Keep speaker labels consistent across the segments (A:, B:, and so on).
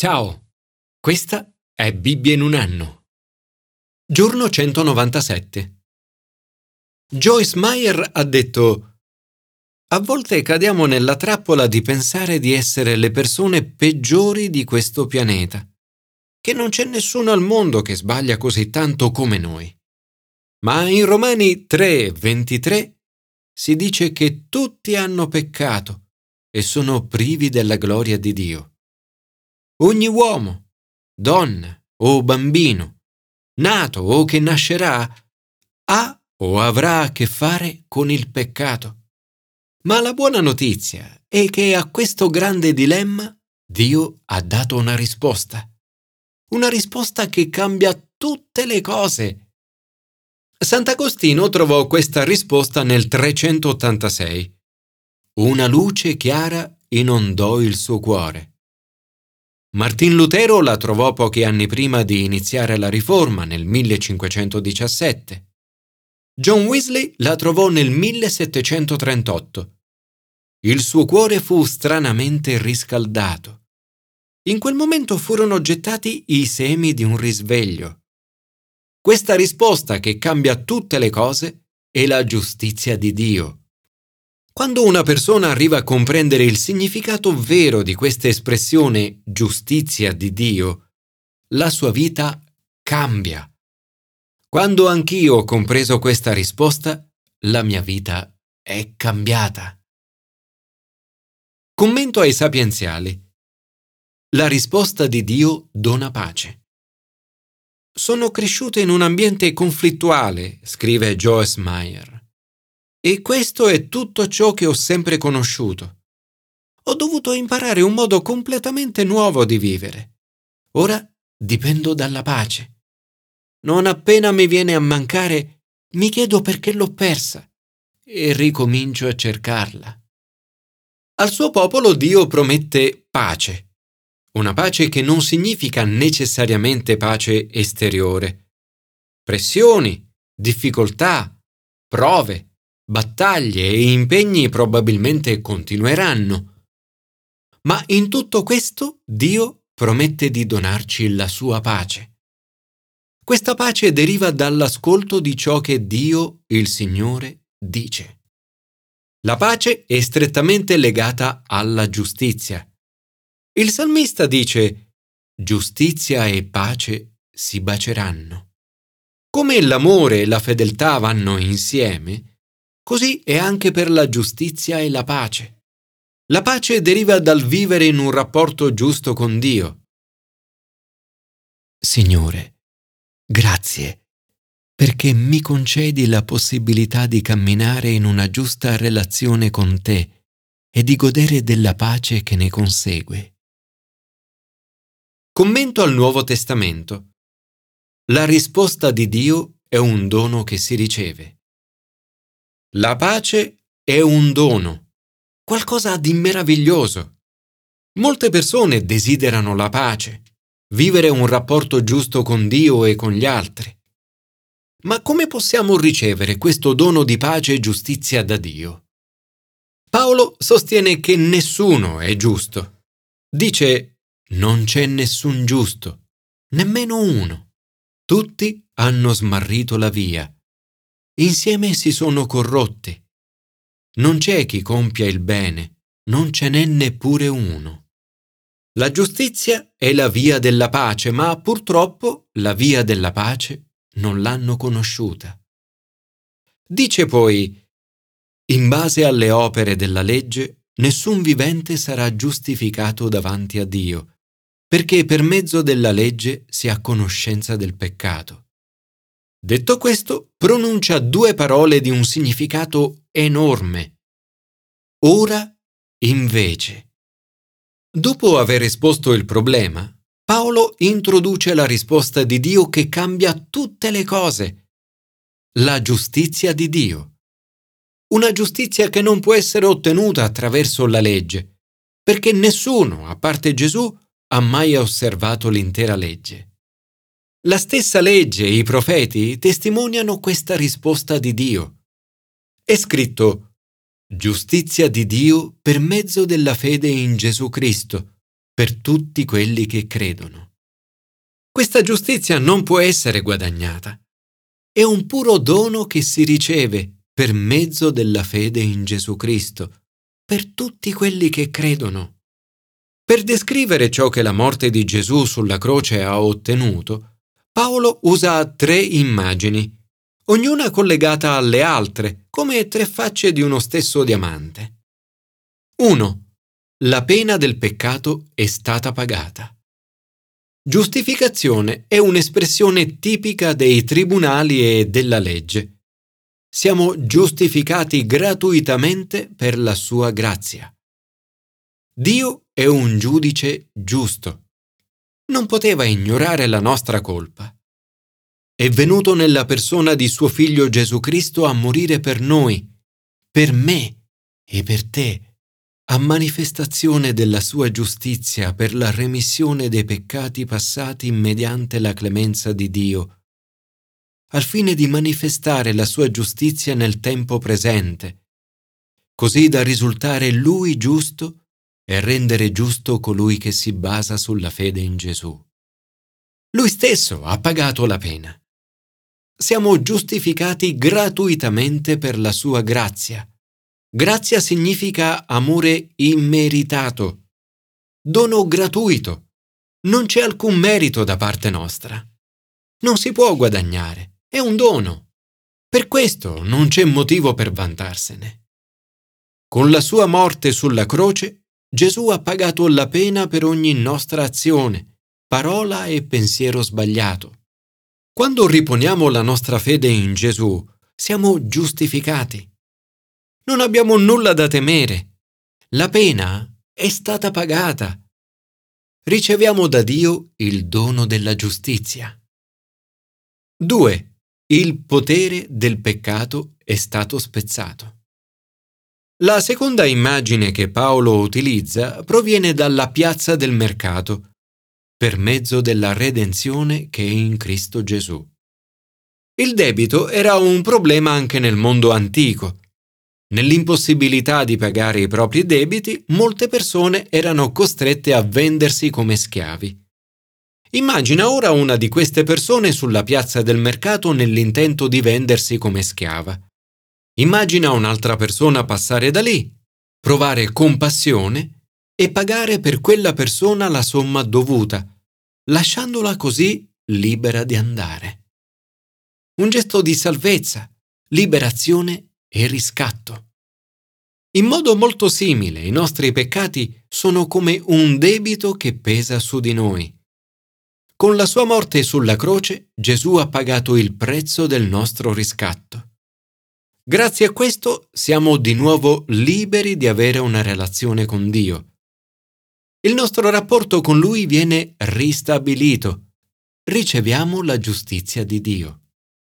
A: Ciao, questa è Bibbia in un anno. Giorno 197. Joyce Meyer ha detto: a volte cadiamo nella trappola di pensare di essere le persone peggiori di questo pianeta, che non c'è nessuno al mondo che sbaglia così tanto come noi. Ma in Romani 3:23 si dice che tutti hanno peccato e sono privi della gloria di Dio. Ogni uomo, donna o bambino, nato o che nascerà, ha o avrà a che fare con il peccato. Ma la buona notizia è che a questo grande dilemma Dio ha dato una risposta che cambia tutte le cose. Sant'Agostino trovò questa risposta nel 386. Una luce chiara inondò il suo cuore. Martin Lutero la trovò pochi anni prima di iniziare la Riforma, nel 1517. John Wesley la trovò nel 1738. Il suo cuore fu stranamente riscaldato. In quel momento furono gettati i semi di un risveglio. Questa risposta che cambia tutte le cose è la giustizia di Dio. Quando una persona arriva a comprendere il significato vero di questa espressione giustizia di Dio, la sua vita cambia. Quando anch'io ho compreso questa risposta, la mia vita è cambiata. Commento ai sapienziali. La risposta di Dio dona pace. Sono cresciuto in un ambiente conflittuale, scrive Joyce Meyer. E questo è tutto ciò che ho sempre conosciuto. Ho dovuto imparare un modo completamente nuovo di vivere. Ora dipendo dalla pace. Non appena mi viene a mancare, mi chiedo perché l'ho persa e ricomincio a cercarla. Al suo popolo Dio promette pace. Una pace che non significa necessariamente pace esteriore. Pressioni, difficoltà, prove, battaglie e impegni probabilmente continueranno. Ma in tutto questo Dio promette di donarci la sua pace. Questa pace deriva dall'ascolto di ciò che Dio, il Signore, dice. La pace è strettamente legata alla giustizia. Il salmista dice: giustizia e pace si baceranno. Come l'amore e la fedeltà vanno insieme, così è anche per la giustizia e la pace. La pace deriva dal vivere in un rapporto giusto con Dio. Signore, grazie, perché mi concedi la possibilità di camminare in una giusta relazione con Te e di godere della pace che ne consegue. Commento al Nuovo Testamento. La risposta di Dio è un dono che si riceve. La pace è un dono, qualcosa di meraviglioso. Molte persone desiderano la pace, vivere un rapporto giusto con Dio e con gli altri. Ma come possiamo ricevere questo dono di pace e giustizia da Dio? Paolo sostiene che nessuno è giusto. Dice: non c'è nessun giusto, nemmeno uno. Tutti hanno smarrito la via. Insieme si sono corrotti. Non c'è chi compia il bene, non ce n'è neppure uno. La giustizia è la via della pace, ma purtroppo la via della pace non l'hanno conosciuta. Dice poi: in base alle opere della legge, nessun vivente sarà giustificato davanti a Dio, perché per mezzo della legge si ha conoscenza del peccato. Detto questo, pronuncia due parole di un significato enorme. Ora, invece. Dopo aver esposto il problema, Paolo introduce la risposta di Dio che cambia tutte le cose. La giustizia di Dio. Una giustizia che non può essere ottenuta attraverso la legge, perché nessuno, a parte Gesù, ha mai osservato l'intera legge. La stessa legge e i profeti testimoniano questa risposta di Dio. È scritto: giustizia di Dio per mezzo della fede in Gesù Cristo, per tutti quelli che credono. Questa giustizia non può essere guadagnata. È un puro dono che si riceve per mezzo della fede in Gesù Cristo, per tutti quelli che credono. Per descrivere ciò che la morte di Gesù sulla croce ha ottenuto, Paolo usa 3 immagini, ognuna collegata alle altre, come 3 facce di uno stesso diamante. 1. La pena del peccato è stata pagata. Giustificazione è un'espressione tipica dei tribunali e della legge. Siamo giustificati gratuitamente per la sua grazia. Dio è un giudice giusto. Non poteva ignorare la nostra colpa. È venuto nella persona di suo figlio Gesù Cristo a morire per noi, per me e per te, a manifestazione della sua giustizia per la remissione dei peccati passati mediante la clemenza di Dio, al fine di manifestare la sua giustizia nel tempo presente, così da risultare Lui giusto e rendere giusto colui che si basa sulla fede in Gesù. Lui stesso ha pagato la pena. Siamo giustificati gratuitamente per la sua grazia. Grazia significa amore immeritato, dono gratuito. Non c'è alcun merito da parte nostra. Non si può guadagnare, è un dono. Per questo non c'è motivo per vantarsene. Con la sua morte sulla croce, Gesù ha pagato la pena per ogni nostra azione, parola e pensiero sbagliato. Quando riponiamo la nostra fede in Gesù, siamo giustificati. Non abbiamo nulla da temere. La pena è stata pagata. Riceviamo da Dio il dono della giustizia. 2. Il potere del peccato è stato spezzato. La seconda immagine che Paolo utilizza proviene dalla piazza del mercato, per mezzo della redenzione che è in Cristo Gesù. Il debito era un problema anche nel mondo antico. Nell'impossibilità di pagare i propri debiti, molte persone erano costrette a vendersi come schiavi. Immagina ora una di queste persone sulla piazza del mercato nell'intento di vendersi come schiava. Immagina un'altra persona passare da lì, provare compassione e pagare per quella persona la somma dovuta, lasciandola così libera di andare. Un gesto di salvezza, liberazione e riscatto. In modo molto simile, i nostri peccati sono come un debito che pesa su di noi. Con la sua morte sulla croce, Gesù ha pagato il prezzo del nostro riscatto. Grazie a questo siamo di nuovo liberi di avere una relazione con Dio. Il nostro rapporto con Lui viene ristabilito. Riceviamo la giustizia di Dio.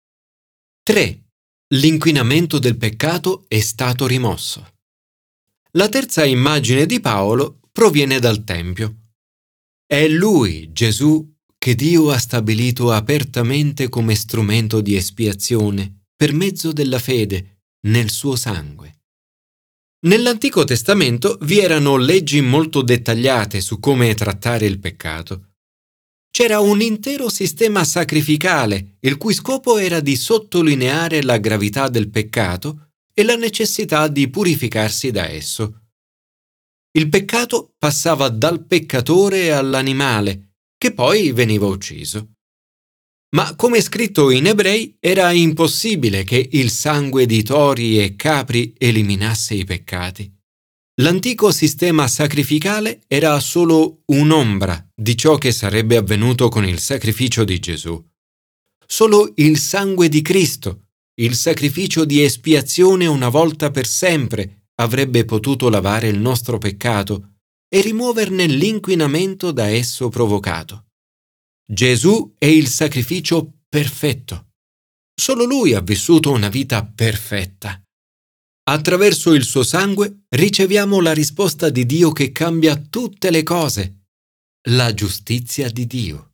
A: 3. L'inquinamento del peccato è stato rimosso. La terza immagine di Paolo proviene dal Tempio. È Lui, Gesù, che Dio ha stabilito apertamente come strumento di espiazione per mezzo della fede nel suo sangue. Nell'Antico Testamento vi erano leggi molto dettagliate su come trattare il peccato. C'era un intero sistema sacrificale, il cui scopo era di sottolineare la gravità del peccato e la necessità di purificarsi da esso. Il peccato passava dal peccatore all'animale, che poi veniva ucciso. Ma come è scritto in Ebrei, era impossibile che il sangue di tori e capri eliminasse i peccati. L'antico sistema sacrificale era solo un'ombra di ciò che sarebbe avvenuto con il sacrificio di Gesù. Solo il sangue di Cristo, il sacrificio di espiazione una volta per sempre, avrebbe potuto lavare il nostro peccato e rimuoverne l'inquinamento da esso provocato. Gesù è il sacrificio perfetto. Solo Lui ha vissuto una vita perfetta. Attraverso il suo sangue riceviamo la risposta di Dio che cambia tutte le cose, la giustizia di Dio.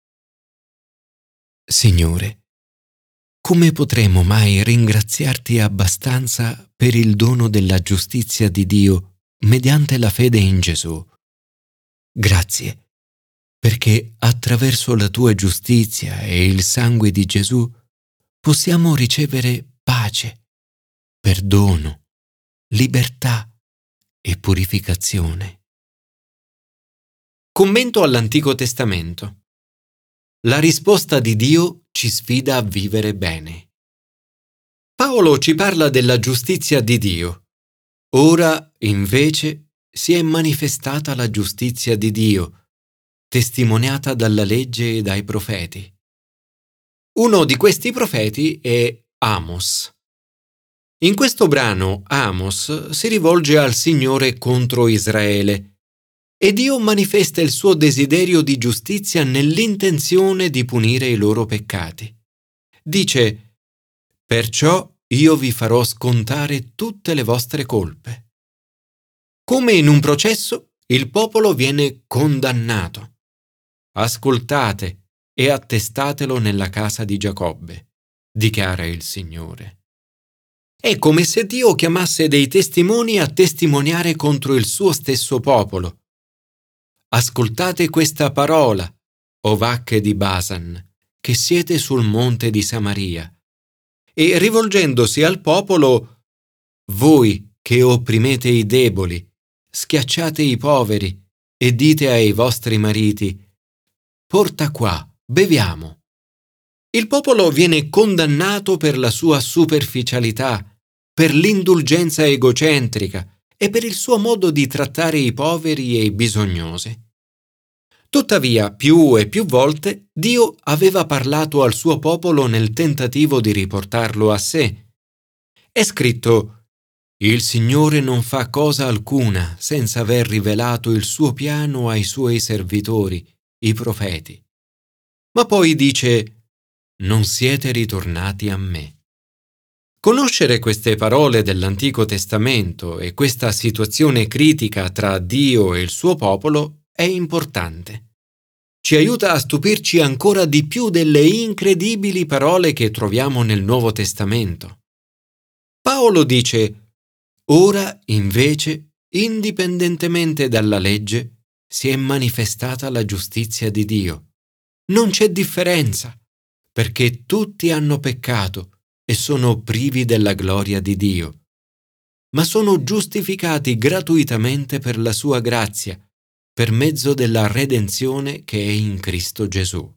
A: Signore, come potremo mai ringraziarti abbastanza per il dono della giustizia di Dio mediante la fede in Gesù? Grazie, perché attraverso la tua giustizia e il sangue di Gesù possiamo ricevere pace, perdono, libertà e purificazione. Commento all'Antico Testamento. La risposta di Dio ci sfida a vivere bene. Paolo ci parla della giustizia di Dio. Ora, invece, si è manifestata la giustizia di Dio, testimoniata dalla legge e dai profeti. Uno di questi profeti è Amos. In questo brano Amos si rivolge al Signore contro Israele e Dio manifesta il suo desiderio di giustizia nell'intenzione di punire i loro peccati. Dice: «Perciò io vi farò scontare tutte le vostre colpe». Come in un processo, il popolo viene condannato. Ascoltate e attestatelo nella casa di Giacobbe, dichiara il Signore. È come se Dio chiamasse dei testimoni a testimoniare contro il suo stesso popolo. Ascoltate questa parola, o vacche di Basan, che siete sul monte di Samaria. E rivolgendosi al popolo: voi che opprimete i deboli, schiacciate i poveri e dite ai vostri mariti: porta qua, beviamo. Il popolo viene condannato per la sua superficialità, per l'indulgenza egocentrica e per il suo modo di trattare i poveri e i bisognosi. Tuttavia, più e più volte, Dio aveva parlato al suo popolo nel tentativo di riportarlo a sé. È scritto: «Il Signore non fa cosa alcuna senza aver rivelato il suo piano ai suoi servitori, i profeti». Ma poi dice: «Non siete ritornati a me». Conoscere queste parole dell'Antico Testamento e questa situazione critica tra Dio e il suo popolo è importante. Ci aiuta a stupirci ancora di più delle incredibili parole che troviamo nel Nuovo Testamento. Paolo dice: «Ora, invece, indipendentemente dalla legge, si è manifestata la giustizia di Dio. Non c'è differenza, perché tutti hanno peccato e sono privi della gloria di Dio, ma sono giustificati gratuitamente per la sua grazia, per mezzo della redenzione che è in Cristo Gesù».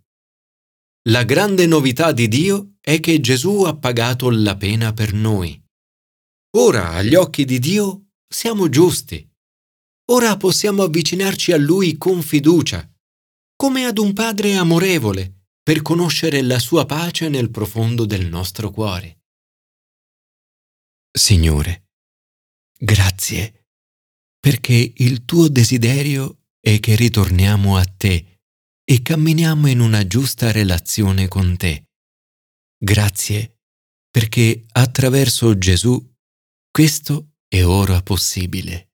A: La grande novità di Dio è che Gesù ha pagato la pena per noi. Ora, agli occhi di Dio, siamo giusti. Ora possiamo avvicinarci a Lui con fiducia, come ad un Padre amorevole, per conoscere la sua pace nel profondo del nostro cuore. Signore, grazie, perché il tuo desiderio è che ritorniamo a te e camminiamo in una giusta relazione con te. Grazie, perché attraverso Gesù questo è ora possibile.